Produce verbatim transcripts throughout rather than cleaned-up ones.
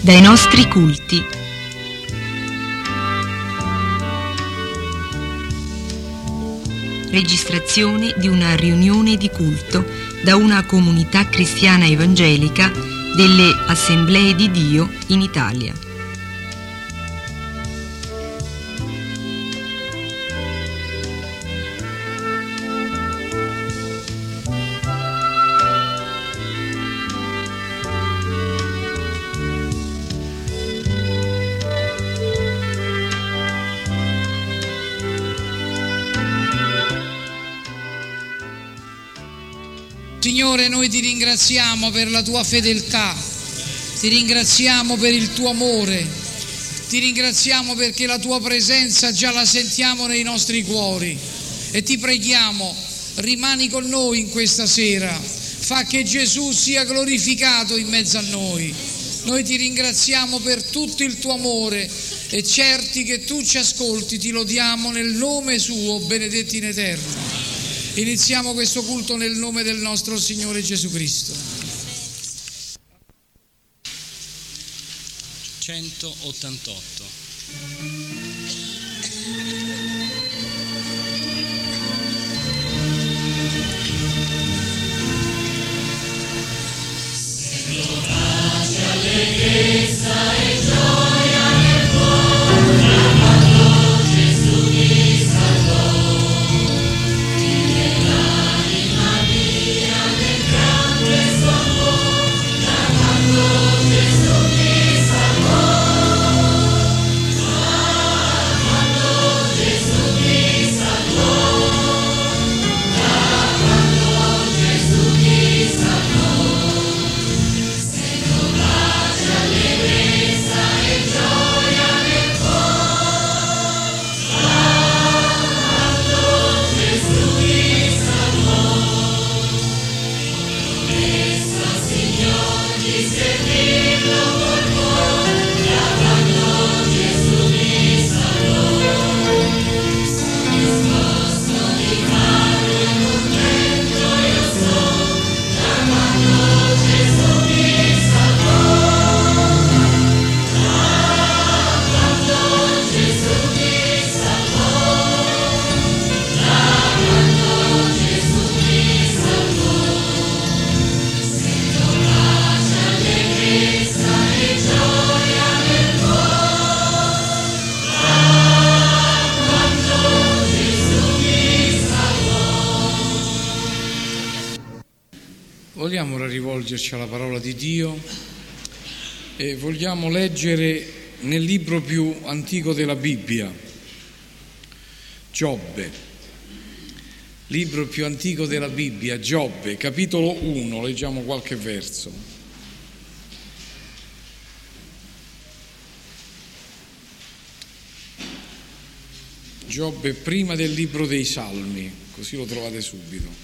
dai nostri culti. Registrazione di una riunione di culto da una comunità cristiana evangelica delle Assemblee di Dio in Italia. Signore, noi ti ringraziamo per la tua fedeltà, ti ringraziamo per il tuo amore, ti ringraziamo perché la tua presenza già la sentiamo nei nostri cuori e ti preghiamo, rimani con noi in questa sera, fa che Gesù sia glorificato in mezzo a noi. Noi ti ringraziamo per tutto il tuo amore e certi che tu ci ascolti, ti lodiamo nel nome suo, benedetti in eterno. Iniziamo questo culto nel nome del nostro Signore Gesù Cristo. centottantotto. Pace, allegrezza e gioia nel cuore, quando Gesù mi salvò. Vogliamo ora rivolgerci alla parola di Dio e vogliamo leggere nel libro più antico della Bibbia, Giobbe, libro più antico della Bibbia, Giobbe, capitolo uno, leggiamo qualche verso. Giobbe prima del libro dei Salmi, così lo trovate subito.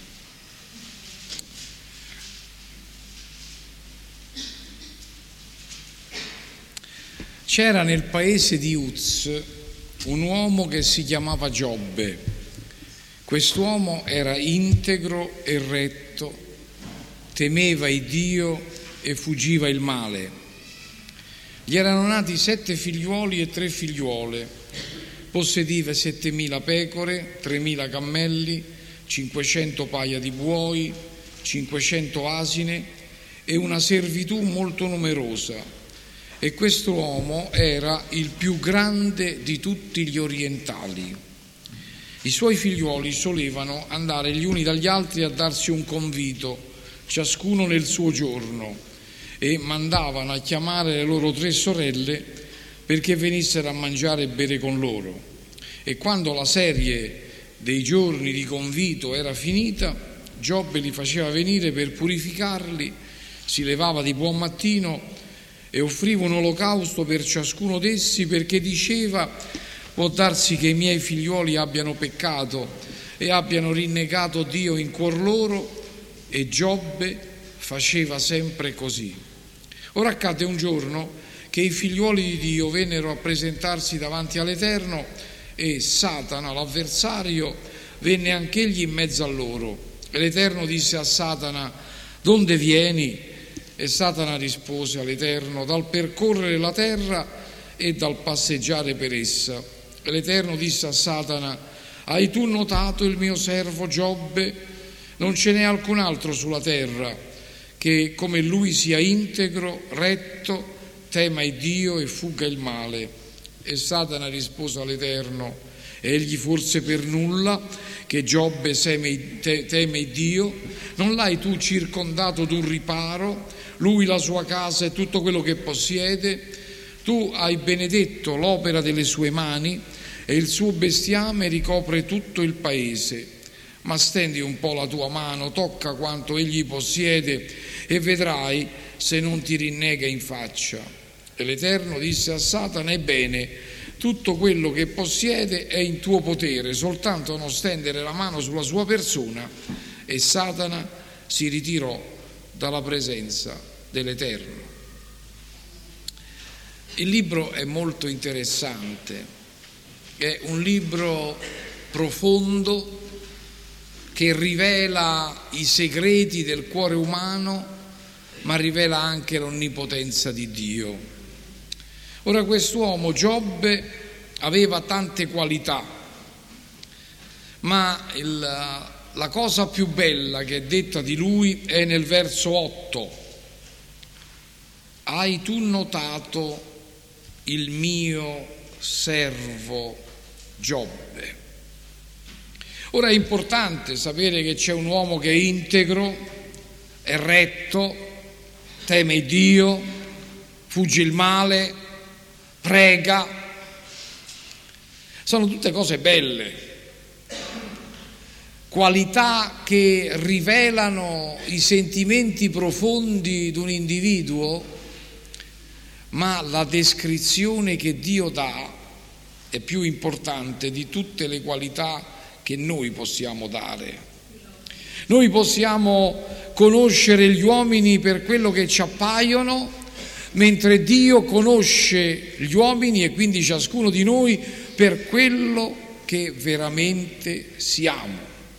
C'era nel paese di Uz un uomo che si chiamava Giobbe. Quest'uomo era integro e retto, temeva il Dio e fuggiva il male. Gli erano nati sette figliuoli e tre figliuole, possedeva settemila pecore, tremila cammelli, cinquecento paia di buoi, cinquecento asine e una servitù molto numerosa. E quest'uomo era il più grande di tutti gli orientali. I suoi figliuoli solevano andare gli uni dagli altri a darsi un convito, ciascuno nel suo giorno, e mandavano a chiamare le loro tre sorelle perché venissero a mangiare e bere con loro. E quando la serie dei giorni di convito era finita, Giobbe li faceva venire per purificarli, si levava di buon mattino e offriva un olocausto per ciascuno d'essi, perché diceva: può darsi che i miei figliuoli abbiano peccato e abbiano rinnegato Dio in cuor loro. E Giobbe faceva sempre così. Ora accadde un giorno che i figliuoli di Dio vennero a presentarsi davanti all'Eterno e Satana, l'avversario, venne anch'egli in mezzo a loro. E l'Eterno disse a Satana: donde vieni? E Satana rispose all'Eterno: dal percorrere la terra e dal passeggiare per essa. E l'Eterno disse a Satana: hai tu notato il mio servo Giobbe? Non ce n'è alcun altro sulla terra che come lui sia integro, retto, tema il Dio e fugga il male. E Satana rispose all'Eterno: egli forse per nulla che Giobbe teme il Dio? Non l'hai tu circondato d'un riparo, lui, la sua casa e tutto quello che possiede? Tu hai benedetto l'opera delle sue mani e il suo bestiame ricopre tutto il paese. Ma stendi un po' la tua mano, tocca quanto egli possiede e vedrai se non ti rinnega in faccia. E l'Eterno disse a Satana: ebbene, tutto quello che possiede è in tuo potere, soltanto non stendere la mano sulla sua persona. E Satana si ritirò dalla presenza dell'Eterno. Il libro è molto interessante, è un libro profondo che rivela i segreti del cuore umano, ma rivela anche l'onnipotenza di Dio. Ora, quest'uomo Giobbe aveva tante qualità, ma il, la cosa più bella che è detta di lui è nel verso otto: hai tu notato il mio servo Giobbe? Ora, è importante sapere che c'è un uomo che è integro, è retto, teme Dio, fugge il male, prega. Sono tutte cose belle, qualità che rivelano i sentimenti profondi di un individuo, ma la descrizione che Dio dà è più importante di tutte le qualità che noi possiamo dare. Noi possiamo conoscere gli uomini per quello che ci appaiono, mentre Dio conosce gli uomini e quindi ciascuno di noi per quello che veramente siamo.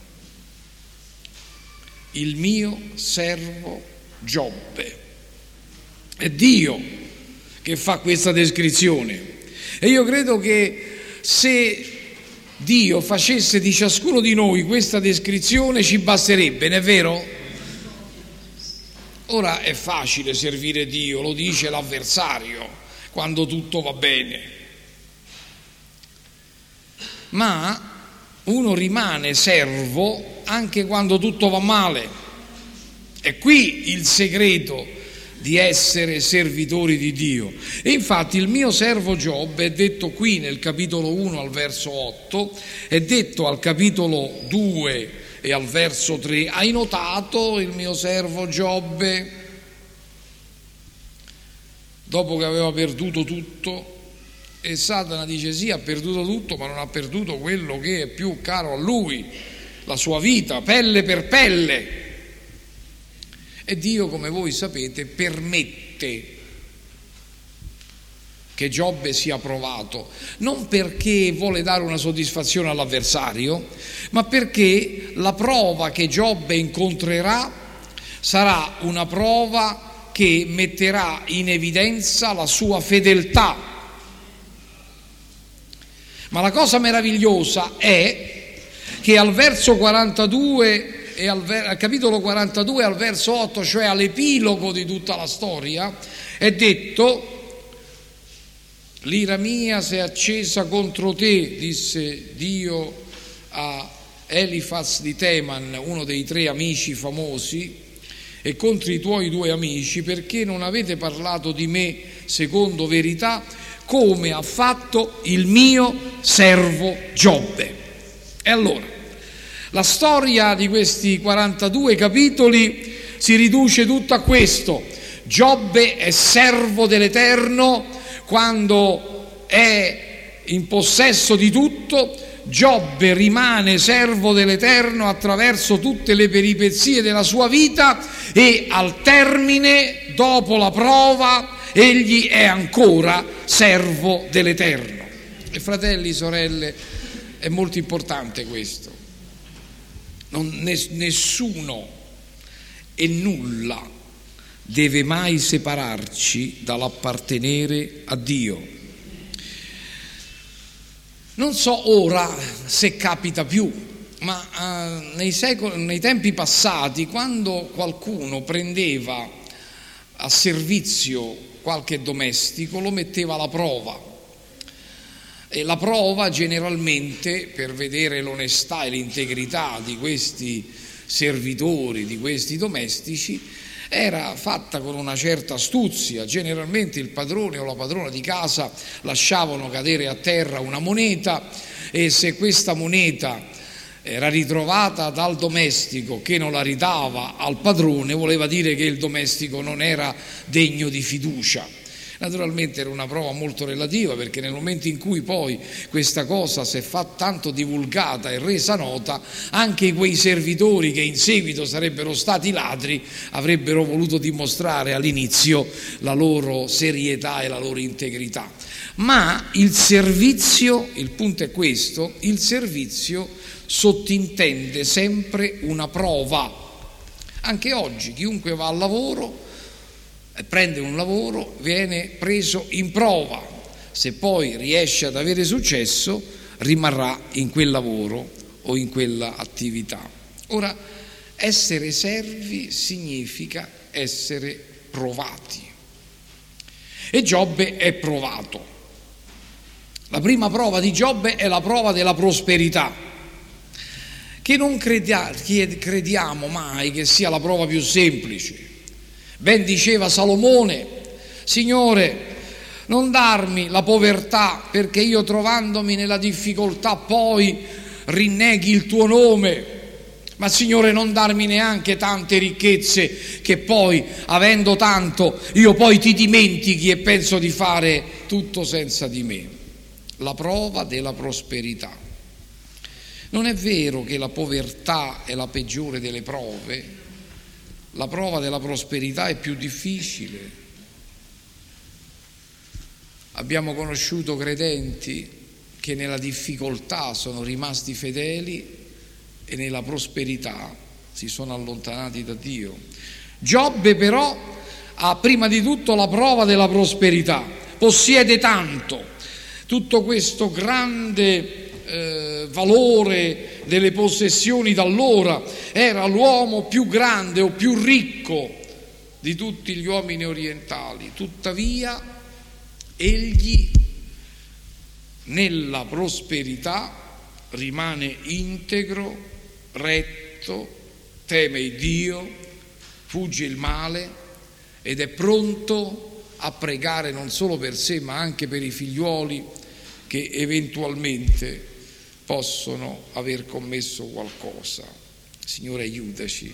Il mio servo Giobbe. È Dio che fa questa descrizione. E io credo che se Dio facesse di ciascuno di noi questa descrizione ci basterebbe, non è vero? Ora è facile servire Dio, lo dice l'avversario, quando tutto va bene. Ma uno rimane servo anche quando tutto va male. È qui il segreto di essere servitori di Dio. E infatti il mio servo Giobbe è detto qui nel capitolo uno al verso otto, è detto al capitolo due e al verso tre: hai notato il mio servo Giobbe? Dopo che aveva perduto tutto. E Satana dice: sì, ha perduto tutto, ma non ha perduto quello che è più caro a lui, la sua vita, pelle per pelle. E Dio, come voi sapete, permette che Giobbe sia provato, non perché vuole dare una soddisfazione all'avversario, ma perché la prova che Giobbe incontrerà sarà una prova che metterà in evidenza la sua fedeltà. Ma la cosa meravigliosa è che al verso quarantadue e al, ver- al capitolo quarantadue al verso otto, cioè all'epilogo di tutta la storia, è detto: l'ira mia si è accesa contro te, disse Dio a Elifaz di Teman, uno dei tre amici famosi, e contro i tuoi due amici, perché non avete parlato di me secondo verità, come ha fatto il mio servo Giobbe. E allora la storia di questi quarantadue capitoli si riduce tutta a questo: Giobbe è servo dell'Eterno quando è in possesso di tutto. Giobbe rimane servo dell'Eterno attraverso tutte le peripezie della sua vita e al termine, dopo la prova, egli è ancora servo dell'Eterno. E fratelli, sorelle, è molto importante questo. Non, nessuno e nulla deve mai separarci dall'appartenere a Dio. Non so ora se capita più, ma uh, nei, secoli, nei tempi passati, quando qualcuno prendeva a servizio qualche domestico, lo metteva alla prova. E la prova generalmente, per vedere l'onestà e l'integrità di questi servitori, di questi domestici, era fatta con una certa astuzia. Generalmente il padrone o la padrona di casa lasciavano cadere a terra una moneta, e se questa moneta era ritrovata dal domestico che non la ridava al padrone, voleva dire che il domestico non era degno di fiducia. Naturalmente era una prova molto relativa, perché nel momento in cui poi questa cosa si è fatta tanto divulgata e resa nota, anche quei servitori che in seguito sarebbero stati ladri avrebbero voluto dimostrare all'inizio la loro serietà e la loro integrità. Ma il servizio, il punto è questo, il servizio sottintende sempre una prova. Anche oggi chiunque va al lavoro, prende un lavoro, viene preso in prova. Se poi riesce ad avere successo, rimarrà in quel lavoro o in quella attività. Ora, essere servi significa essere provati. E Giobbe è provato. La prima prova di Giobbe è la prova della prosperità, che non crediamo mai che sia la prova più semplice. Ben diceva Salomone: Signore, non darmi la povertà, perché io trovandomi nella difficoltà poi rinneghi il tuo nome, ma Signore non darmi neanche tante ricchezze che poi, avendo tanto, io poi ti dimentichi e penso di fare tutto senza di me. La prova della prosperità. Non è vero che la povertà è la peggiore delle prove. La prova della prosperità è più difficile. Abbiamo conosciuto credenti che nella difficoltà sono rimasti fedeli e nella prosperità si sono allontanati da Dio. Giobbe però ha prima di tutto la prova della prosperità, possiede tanto, tutto questo grande Eh, valore delle possessioni d'allora, era l'uomo più grande o più ricco di tutti gli uomini orientali. Tuttavia egli nella prosperità rimane integro, retto, teme il Dio, fugge il male ed è pronto a pregare non solo per sé ma anche per i figliuoli che eventualmente possono aver commesso qualcosa. Signore, aiutaci.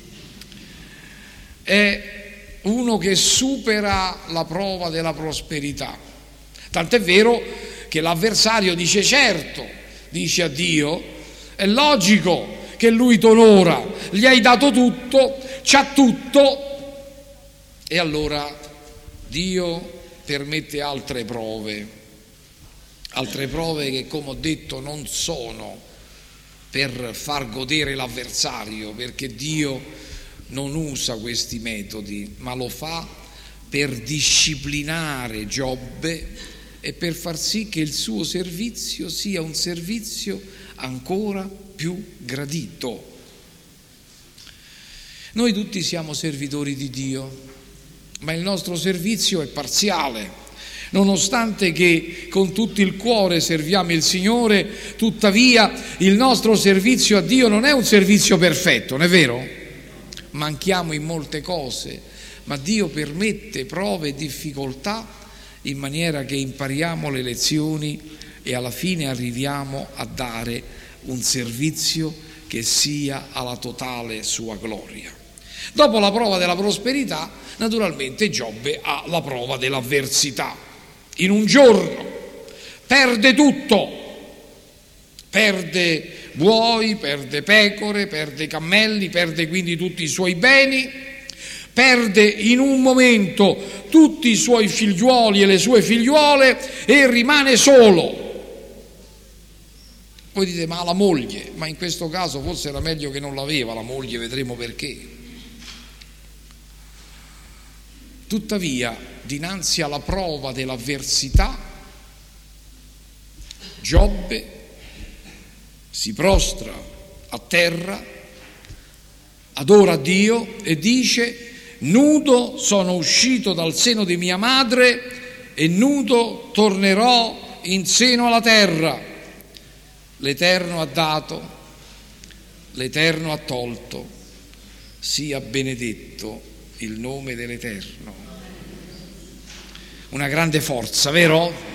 È uno che supera la prova della prosperità. Tant'è vero che l'avversario dice: certo, dice a Dio, è logico che lui t'onora, gli hai dato tutto, c'ha tutto, e allora Dio permette altre prove. Altre prove che, come ho detto, non sono per far godere l'avversario, perché Dio non usa questi metodi, ma lo fa per disciplinare Giobbe e per far sì che il suo servizio sia un servizio ancora più gradito. Noi tutti siamo servitori di Dio, ma il nostro servizio è parziale. Nonostante che con tutto il cuore serviamo il Signore, tuttavia il nostro servizio a Dio non è un servizio perfetto, non è vero? Manchiamo in molte cose, ma Dio permette prove e difficoltà in maniera che impariamo le lezioni e alla fine arriviamo a dare un servizio che sia alla totale sua gloria. Dopo la prova della prosperità, naturalmente Giobbe ha la prova dell'avversità. In un giorno perde tutto, perde buoi, perde pecore, perde cammelli, perde quindi tutti i suoi beni, perde in un momento tutti i suoi figliuoli e le sue figliuole e rimane solo. Voi dite: ma la moglie? Ma in questo caso forse era meglio che non l'aveva la moglie, vedremo perché. Tuttavia, dinanzi alla prova dell'avversità, Giobbe si prostra a terra, adora Dio e dice: nudo sono uscito dal seno di mia madre e nudo tornerò in seno alla terra. L'Eterno ha dato, l'Eterno ha tolto, sia benedetto il nome dell'Eterno. Una grande forza, vero?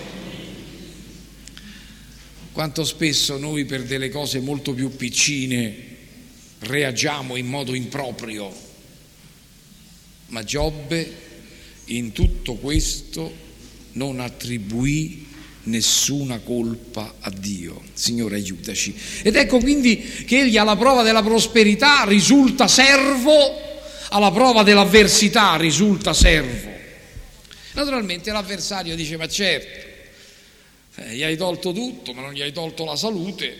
Quanto spesso noi per delle cose molto più piccine reagiamo in modo improprio, ma Giobbe in tutto questo non attribuì nessuna colpa a Dio. Signore, aiutaci. Ed ecco quindi che egli alla prova della prosperità risulta servo, alla prova dell'avversità risulta servo. Naturalmente l'avversario dice: ma certo, eh, gli hai tolto tutto, ma non gli hai tolto la salute,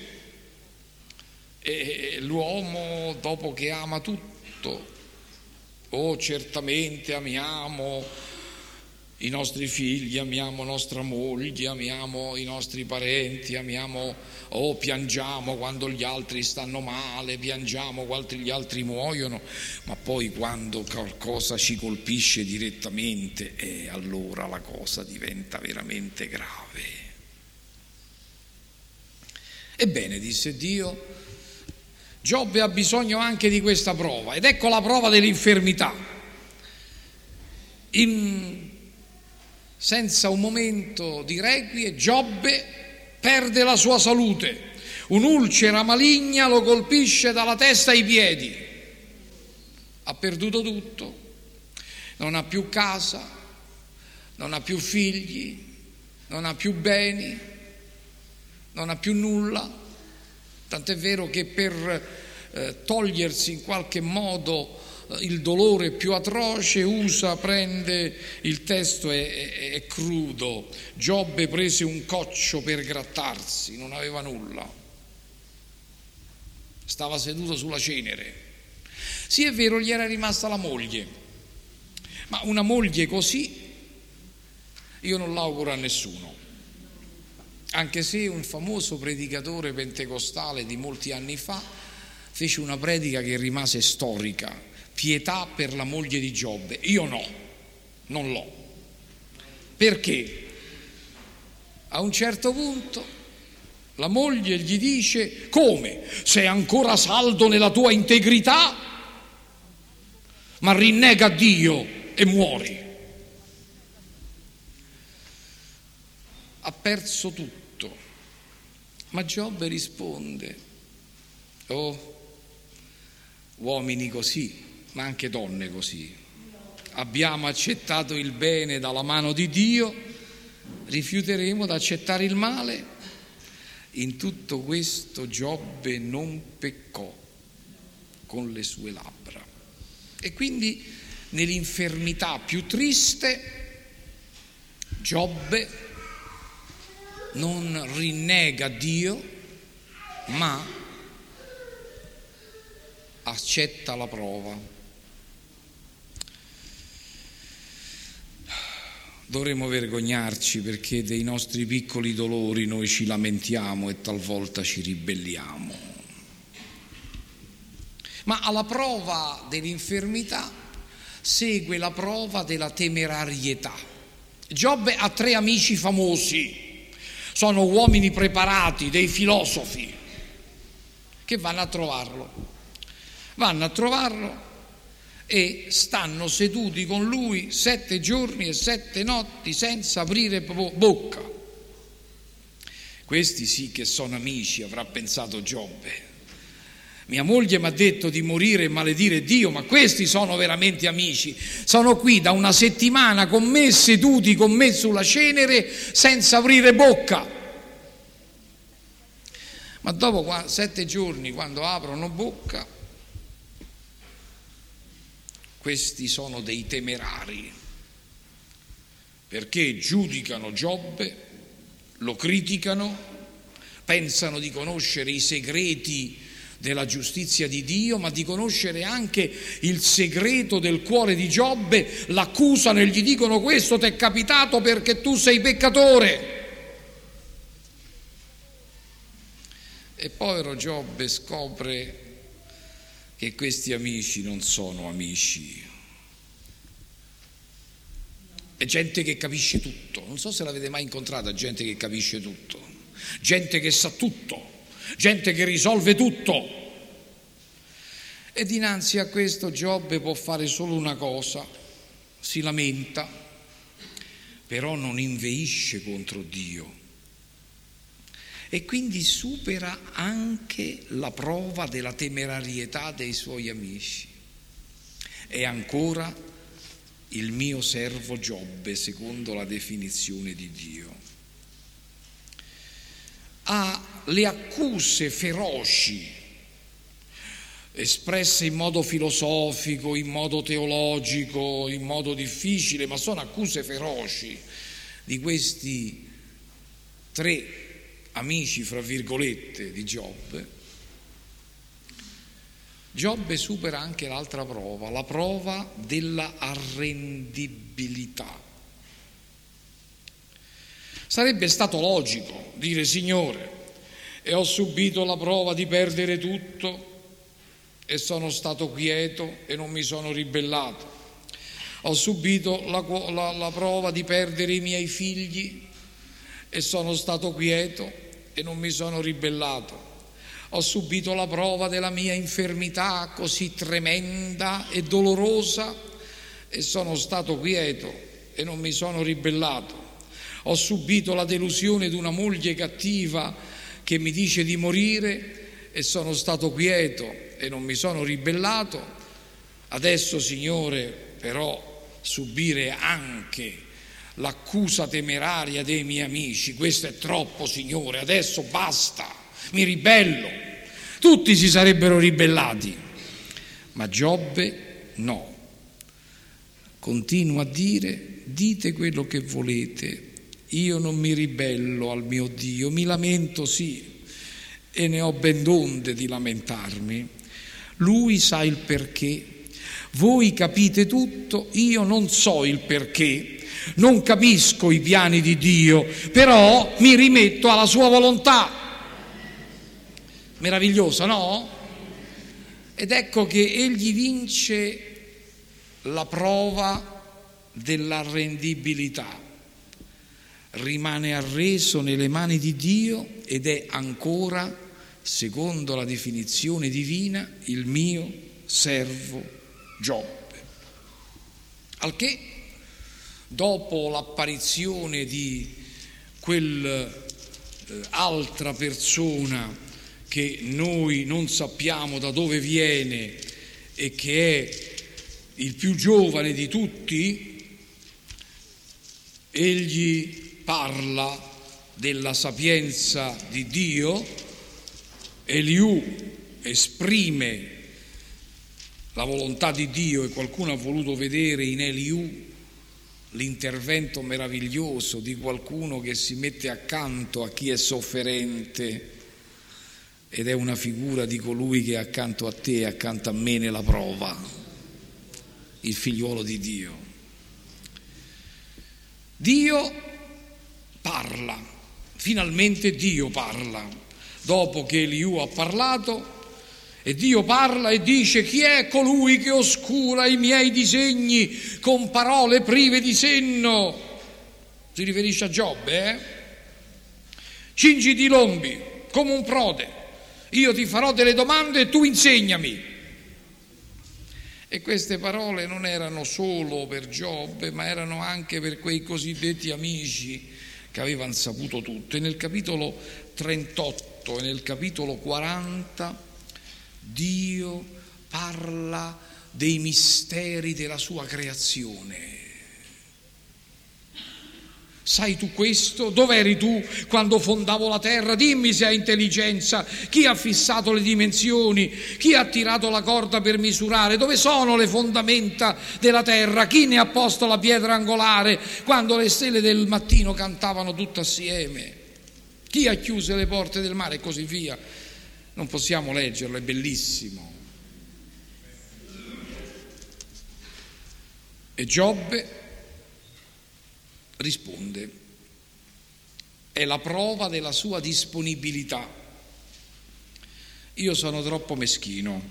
e l'uomo dopo che ama tutto, oh certamente amiamo i nostri figli, amiamo nostra moglie, amiamo i nostri parenti, amiamo, oh piangiamo quando gli altri stanno male, piangiamo quando gli altri muoiono, ma poi quando qualcosa ci colpisce direttamente, eh, allora la cosa diventa veramente grave. Ebbene, disse Dio, Giobbe ha bisogno anche di questa prova, ed ecco la prova dell'infermità. In Senza un momento di requie, Giobbe perde la sua salute. Un'ulcera maligna lo colpisce dalla testa ai piedi. Ha perduto tutto. Non ha più casa, non ha più figli, non ha più beni, non ha più nulla. Tant'è vero che per eh, togliersi in qualche modo il dolore più atroce usa, prende, il testo è, è, è crudo, Giobbe prese un coccio per grattarsi, non aveva nulla, stava seduto sulla cenere. Sì, è vero, gli era rimasta la moglie, ma una moglie così io non l'auguro a nessuno, anche se un famoso predicatore pentecostale di molti anni fa fece una predica che rimase storica: pietà per la moglie di Giobbe. Io no, non l'ho. Perché? A un certo punto la moglie gli dice: come? Sei ancora saldo nella tua integrità? Ma rinnega Dio e muori. Ha perso tutto. Ma Giobbe risponde: oh, uomini così, ma anche donne così, abbiamo accettato il bene dalla mano di Dio, rifiuteremo di accettare il male? In tutto questo Giobbe non peccò con le sue labbra. E quindi nell'infermità più triste Giobbe non rinnega Dio, ma accetta la prova. Dovremmo vergognarci perché dei nostri piccoli dolori noi ci lamentiamo e talvolta ci ribelliamo. Ma alla prova dell'infermità segue la prova della temerarietà. Giobbe ha tre amici famosi, sono uomini preparati, dei filosofi, che vanno a trovarlo. Vanno a trovarlo e stanno seduti con lui sette giorni e sette notti senza aprire bocca. Questi sì che sono amici, avrà pensato Giobbe. Mia moglie mi ha detto di morire e maledire Dio, ma questi sono veramente amici. Sono qui da una settimana con me, seduti con me sulla cenere senza aprire bocca. Ma dopo sette giorni, quando aprono bocca, questi sono dei temerari, perché giudicano Giobbe, lo criticano, pensano di conoscere i segreti della giustizia di Dio, ma di conoscere anche il segreto del cuore di Giobbe. L'accusano e gli dicono: questo ti è capitato perché tu sei peccatore. E povero Giobbe scopre che questi amici non sono amici. È gente che capisce tutto. Non so se l'avete mai incontrata, gente che capisce tutto, gente che sa tutto, gente che risolve tutto. E dinanzi a questo Giobbe può fare solo una cosa: si lamenta, però non inveisce contro Dio. E quindi supera anche la prova della temerarietà dei suoi amici. È ancora il mio servo Giobbe, secondo la definizione di Dio. Ha le accuse feroci, espresse in modo filosofico, in modo teologico, in modo difficile, ma sono accuse feroci di questi tre amici, fra virgolette, di Giobbe. Giobbe supera anche l'altra prova, la prova della arrendibilità. Sarebbe stato logico dire: Signore, e ho subito la prova di perdere tutto e sono stato quieto e non mi sono ribellato. Ho subito la, la, la prova di perdere i miei figli e sono stato quieto e non mi sono ribellato. Ho subito la prova della mia infermità così tremenda e dolorosa e sono stato quieto e non mi sono ribellato. Ho subito la delusione di una moglie cattiva che mi dice di morire e sono stato quieto e non mi sono ribellato. Adesso, Signore, però subire anche l'accusa temeraria dei miei amici, questo è troppo, Signore, adesso basta, mi ribello. Tutti si sarebbero ribellati, ma Giobbe no, continua a dire: dite quello che volete, io non mi ribello al mio Dio, mi lamento sì, e ne ho ben donde di lamentarmi. Lui sa il perché, voi capite tutto, io non so il perché. Non capisco i piani di Dio, però mi rimetto alla sua volontà. Meravigliosa, no? Ed ecco che egli vince la prova dell'arrendibilità. Rimane arreso nelle mani di Dio ed è ancora, secondo la definizione divina, il mio servo Giobbe. Al che, dopo l'apparizione di quell'altra persona che noi non sappiamo da dove viene e che è il più giovane di tutti, egli parla della sapienza di Dio. Eliù esprime la volontà di Dio e qualcuno ha voluto vedere in Eliù l'intervento meraviglioso di qualcuno che si mette accanto a chi è sofferente ed è una figura di colui che è accanto a te e accanto a me nella prova, il figliuolo di Dio. Dio parla, finalmente Dio parla, dopo che Eliù ha parlato. E Dio parla e dice: chi è colui che oscura i miei disegni con parole prive di senno? Si riferisce a Giobbe, eh? Cingiti i lombi come un prode, io ti farò delle domande e tu insegnami. E queste parole non erano solo per Giobbe, ma erano anche per quei cosiddetti amici che avevano saputo tutto. E nel capitolo trentotto e nel capitolo quaranta Dio parla dei misteri della sua creazione. Sai tu questo? Dov'eri tu quando fondavo la terra? Dimmi se hai intelligenza. Chi ha fissato le dimensioni? Chi ha tirato la corda per misurare? Dove sono le fondamenta della terra? Chi ne ha posto la pietra angolare quando le stelle del mattino cantavano tutte assieme? Chi ha chiuso le porte del mare? E così via. non possiamo leggerlo, è bellissimo. E Giobbe risponde, è la prova della sua disponibilità. Io sono troppo meschino,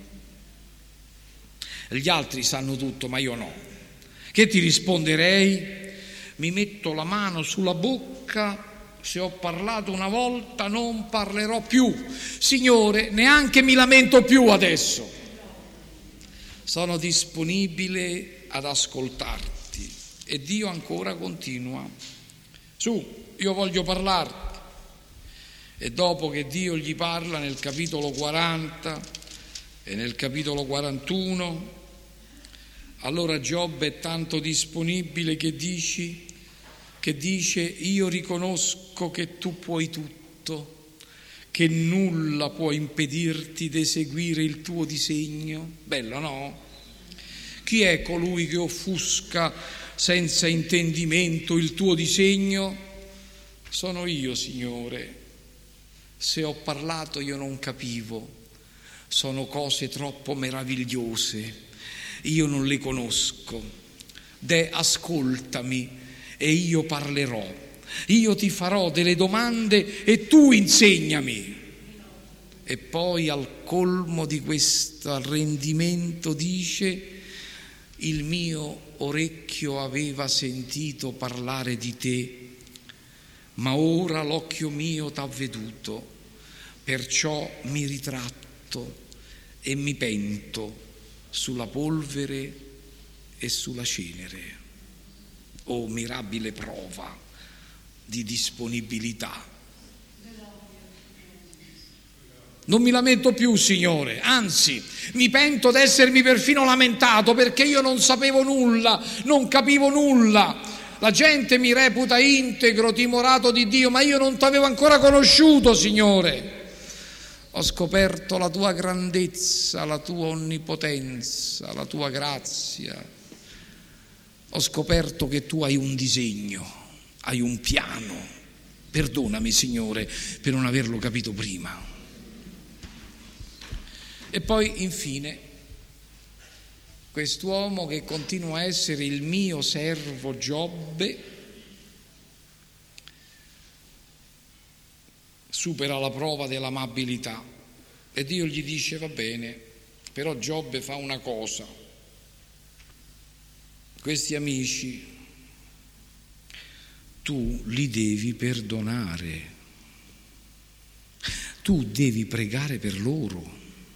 gli altri sanno tutto, ma io no. Che ti risponderei? Mi metto la mano sulla bocca, se ho parlato una volta non parlerò più. Signore, neanche mi lamento più adesso. Sono disponibile ad ascoltarti. E Dio ancora continua. Su, io voglio parlarti. E dopo che Dio gli parla nel capitolo quaranta e nel capitolo quarantuno, allora Giobbe è tanto disponibile che dici, che dice, io riconosco che tu puoi tutto, che nulla può impedirti di eseguire il tuo disegno. Bello, no? Chi è colui che offusca senza intendimento il tuo disegno? Sono io, Signore. Se ho parlato io non capivo, sono cose troppo meravigliose, io non le conosco. De, ascoltami e io parlerò, io ti farò delle domande e tu insegnami. E poi al colmo di questo arrendimento dice, il mio orecchio aveva sentito parlare di te, ma ora l'occhio mio t'ha veduto, perciò mi ritratto e mi pento sulla polvere e sulla cenere. Oh, mirabile prova di disponibilità. Non mi lamento più, Signore, anzi, mi pento d'essermi perfino lamentato perché io non sapevo nulla, non capivo nulla. La gente mi reputa integro, timorato di Dio, ma io non t'avevo ancora conosciuto, Signore. Ho scoperto la tua grandezza, la tua onnipotenza, la tua grazia. Ho scoperto che tu hai un disegno, hai un piano. Perdonami, Signore, per non averlo capito prima. E poi, infine, quest'uomo che continua a essere il mio servo Giobbe supera la prova dell'amabilità e Dio gli dice, va bene, però Giobbe fa una cosa, questi amici tu li devi perdonare, tu devi pregare per loro.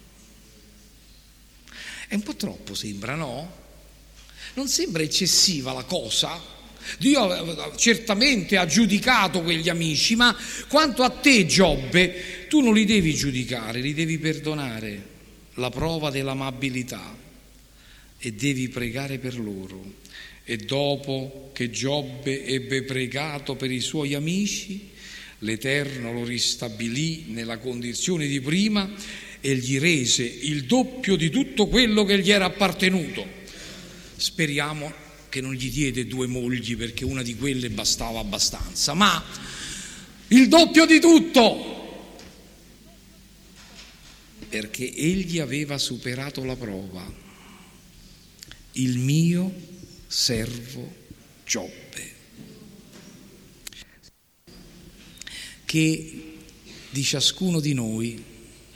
È un po' troppo, sembra, no? Non sembra eccessiva la cosa? Dio certamente ha giudicato quegli amici, ma quanto a te, Giobbe, tu non li devi giudicare, li devi perdonare, la prova dell'amabilità, e devi pregare per loro. E dopo che Giobbe ebbe pregato per i suoi amici, l'Eterno lo ristabilì nella condizione di prima e gli rese il doppio di tutto quello che gli era appartenuto. Speriamo che non gli diede due mogli, perché una di quelle bastava abbastanza, ma il doppio di tutto, perché egli aveva superato la prova. Il mio servo Giobbe, che di ciascuno di noi,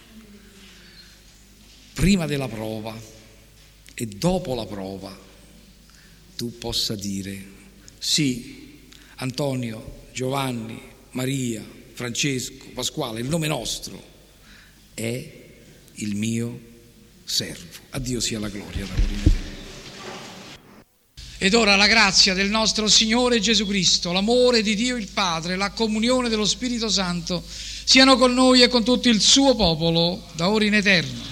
prima della prova e dopo la prova, tu possa dire, sì, Antonio, Giovanni, Maria, Francesco, Pasquale, il nome nostro è il mio servo. A Dio sia la gloria. Ed ora la grazia del nostro Signore Gesù Cristo, l'amore di Dio il Padre, la comunione dello Spirito Santo siano con noi e con tutto il suo popolo, da ora in eterno.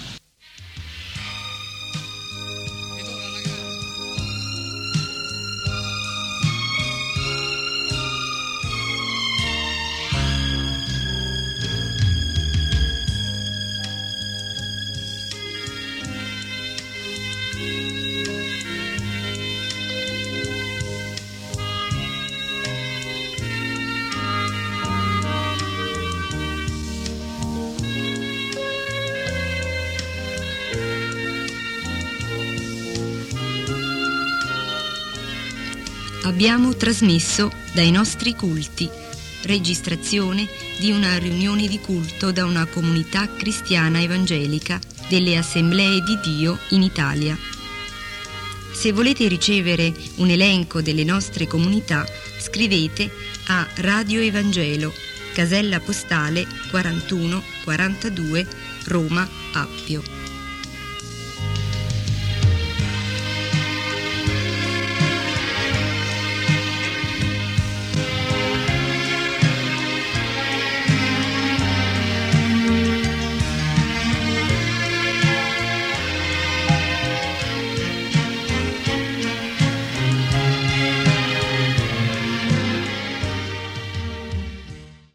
abbiamo trasmesso dai nostri culti, registrazione di una riunione di culto da una comunità cristiana evangelica delle Assemblee di Dio in Italia. Se volete ricevere un elenco delle nostre comunità, scrivete a Radio Evangelo, casella postale quarantuno quarantadue, Roma Appio.